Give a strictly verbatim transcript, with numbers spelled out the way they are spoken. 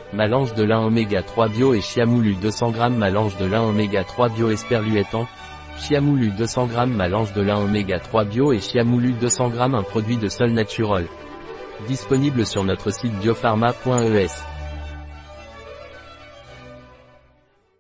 Malange de lin oméga trois bio et chiamoulu deux cents grammes. Malange de lin oméga trois bio esperluétan. Chiamoulu deux cents grammes. Malange de lin oméga trois bio et chiamoulu deux cents grammes. Un produit de Sol Natural. Disponible sur notre site biopharma point e s.